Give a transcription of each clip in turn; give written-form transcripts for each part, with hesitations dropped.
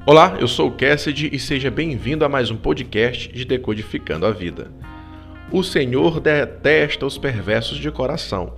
Olá, eu sou o Cassidy e seja bem-vindo a mais um podcast de Decodificando a Vida. O Senhor detesta os perversos de coração,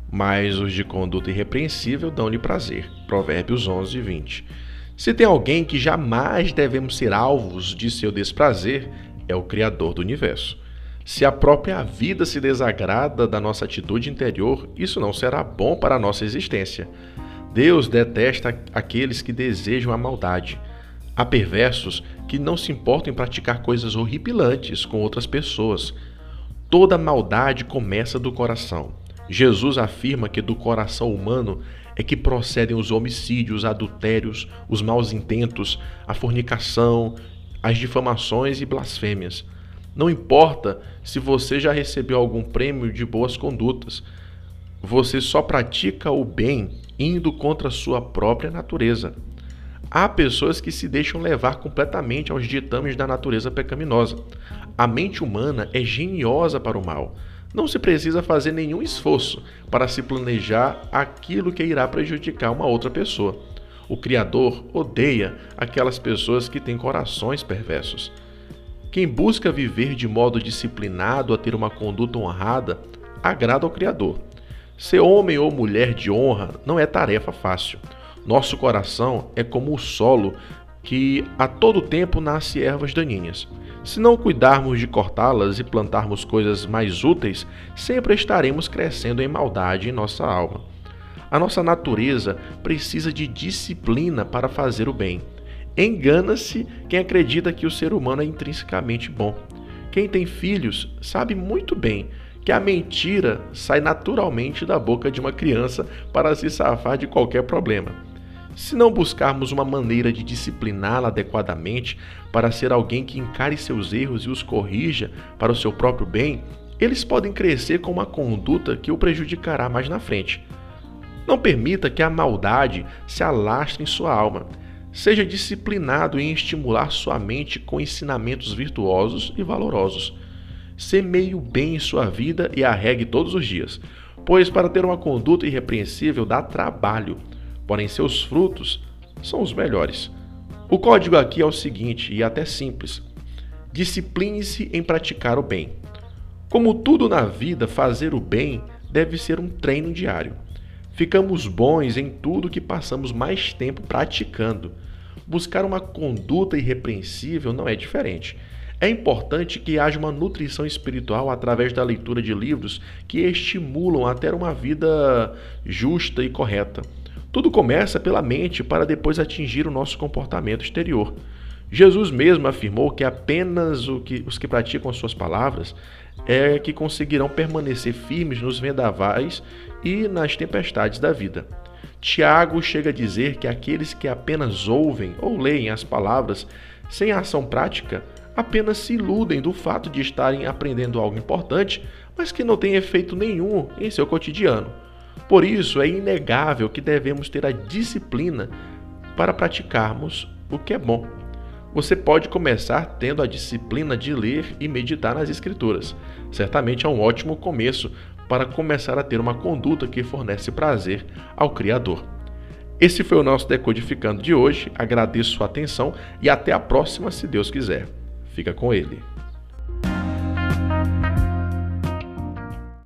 mas os de conduta irrepreensível dão-lhe prazer. Provérbios 11:20. Se tem alguém que jamais devemos ser alvos de seu desprazer, é o Criador do Universo. Se a própria vida se desagrada da nossa atitude interior, isso não será bom para a nossa existência. Deus detesta aqueles que desejam a maldade. Há perversos que não se importam em praticar coisas horripilantes com outras pessoas. Toda maldade começa do coração. Jesus afirma que do coração humano é que procedem os homicídios, adultérios, os maus intentos, a fornicação, as difamações e blasfêmias. Não importa se você já recebeu algum prêmio de boas condutas, você só pratica o bem indo contra a sua própria natureza. Há pessoas que se deixam levar completamente aos ditames da natureza pecaminosa. A mente humana é geniosa para o mal. Não se precisa fazer nenhum esforço para se planejar aquilo que irá prejudicar uma outra pessoa. O Criador odeia aquelas pessoas que têm corações perversos. Quem busca viver de modo disciplinado a ter uma conduta honrada, agrada ao Criador. Ser homem ou mulher de honra não é tarefa fácil. Nosso coração é como o solo que a todo tempo nasce ervas daninhas. Se não cuidarmos de cortá-las e plantarmos coisas mais úteis, sempre estaremos crescendo em maldade em nossa alma. A nossa natureza precisa de disciplina para fazer o bem. Engana-se quem acredita que o ser humano é intrinsecamente bom. Quem tem filhos sabe muito bem que a mentira sai naturalmente da boca de uma criança para se safar de qualquer problema. Se não buscarmos uma maneira de discipliná-la adequadamente para ser alguém que encare seus erros e os corrija para o seu próprio bem, eles podem crescer com uma conduta que o prejudicará mais na frente. Não permita que a maldade se alastre em sua alma. Seja disciplinado em estimular sua mente com ensinamentos virtuosos e valorosos. Semeie o bem em sua vida e a regue todos os dias, pois para ter uma conduta irrepreensível dá trabalho. Porém, seus frutos são os melhores. O código aqui é o seguinte, e até simples. Discipline-se em praticar o bem. Como tudo na vida, fazer o bem deve ser um treino diário. Ficamos bons em tudo que passamos mais tempo praticando. Buscar uma conduta irrepreensível não é diferente. É importante que haja uma nutrição espiritual através da leitura de livros que estimulam a ter uma vida justa e correta. Tudo começa pela mente para depois atingir o nosso comportamento exterior. Jesus mesmo afirmou que apenas os que praticam as suas palavras é que conseguirão permanecer firmes nos vendavais e nas tempestades da vida. Tiago chega a dizer que aqueles que apenas ouvem ou leem as palavras sem ação prática apenas se iludem do fato de estarem aprendendo algo importante, mas que não tem efeito nenhum em seu cotidiano. Por isso, é inegável que devemos ter a disciplina para praticarmos o que é bom. Você pode começar tendo a disciplina de ler e meditar nas Escrituras. Certamente é um ótimo começo para começar a ter uma conduta que fornece prazer ao Criador. Esse foi o nosso Decodificando de hoje. Agradeço sua atenção e até a próxima, se Deus quiser. Fica com Ele.